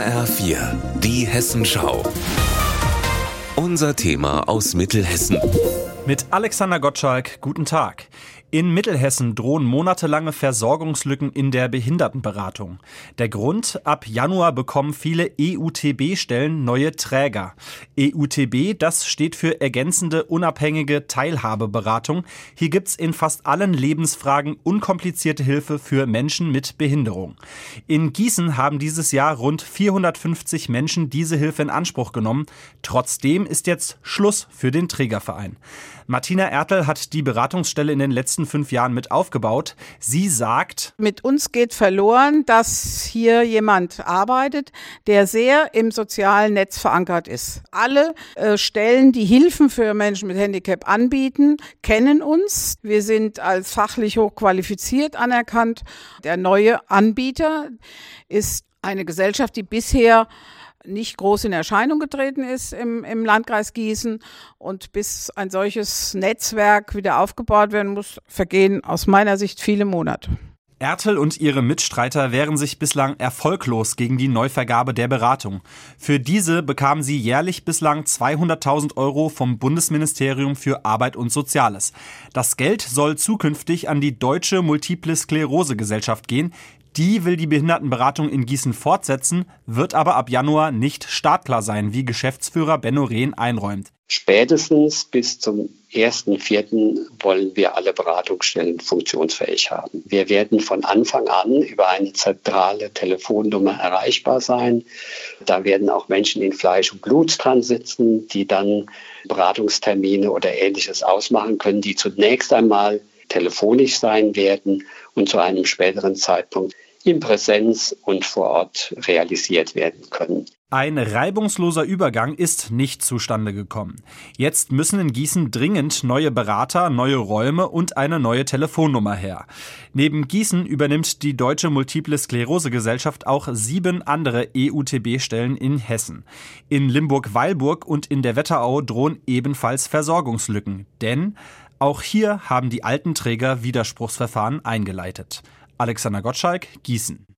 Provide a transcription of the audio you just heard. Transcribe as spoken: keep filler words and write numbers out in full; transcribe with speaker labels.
Speaker 1: H R vier, die Hessenschau. Unser Thema aus Mittelhessen.
Speaker 2: Mit Alexander Gottschalk, guten Tag. In Mittelhessen drohen monatelange Versorgungslücken in der Behindertenberatung. Der Grund: ab Januar bekommen viele E U T B-Stellen neue Träger. E U T B, das steht für ergänzende, unabhängige Teilhabeberatung. Hier gibt's in fast allen Lebensfragen unkomplizierte Hilfe für Menschen mit Behinderung. In Gießen haben dieses Jahr rund vierhundertfünfzig Menschen diese Hilfe in Anspruch genommen. Trotzdem ist jetzt Schluss für den Trägerverein. Martina Ertel hat die Beratungsstelle in den letzten fünf Jahren mit aufgebaut. Sie sagt:
Speaker 3: Mit uns geht verloren, dass hier jemand arbeitet, der sehr im sozialen Netz verankert ist. Alle äh, Stellen, die Hilfen für Menschen mit Handicap anbieten, kennen uns. Wir sind als fachlich hochqualifiziert anerkannt. Der neue Anbieter ist eine Gesellschaft, die bisher nicht groß in Erscheinung getreten ist im, im Landkreis Gießen. Und bis ein solches Netzwerk wieder aufgebaut werden muss, vergehen aus meiner Sicht viele Monate.
Speaker 2: Ertel und ihre Mitstreiter wehren sich bislang erfolglos gegen die Neuvergabe der Beratung. Für diese bekamen sie jährlich bislang zweihunderttausend Euro vom Bundesministerium für Arbeit und Soziales. Das Geld soll zukünftig an die Deutsche Multiple Sklerose Gesellschaft gehen. Die will die Behindertenberatung in Gießen fortsetzen, wird aber ab Januar nicht startklar sein, wie Geschäftsführer Benno Rehn einräumt.
Speaker 4: Spätestens bis zum ersten vierten wollen wir alle Beratungsstellen funktionsfähig haben. Wir werden von Anfang an über eine zentrale Telefonnummer erreichbar sein. Da werden auch Menschen in Fleisch und Blut dran sitzen, die dann Beratungstermine oder Ähnliches ausmachen können, die zunächst einmal telefonisch sein werden und zu einem späteren Zeitpunkt in Präsenz und vor Ort realisiert werden können.
Speaker 2: Ein reibungsloser Übergang ist nicht zustande gekommen. Jetzt müssen in Gießen dringend neue Berater, neue Räume und eine neue Telefonnummer her. Neben Gießen übernimmt die Deutsche Multiple Sklerose Gesellschaft auch sieben andere E U T B-Stellen in Hessen. In Limburg-Weilburg und in der Wetterau drohen ebenfalls Versorgungslücken. Denn auch hier haben die alten Träger Widerspruchsverfahren eingeleitet. Alexander Gottschalk, Gießen.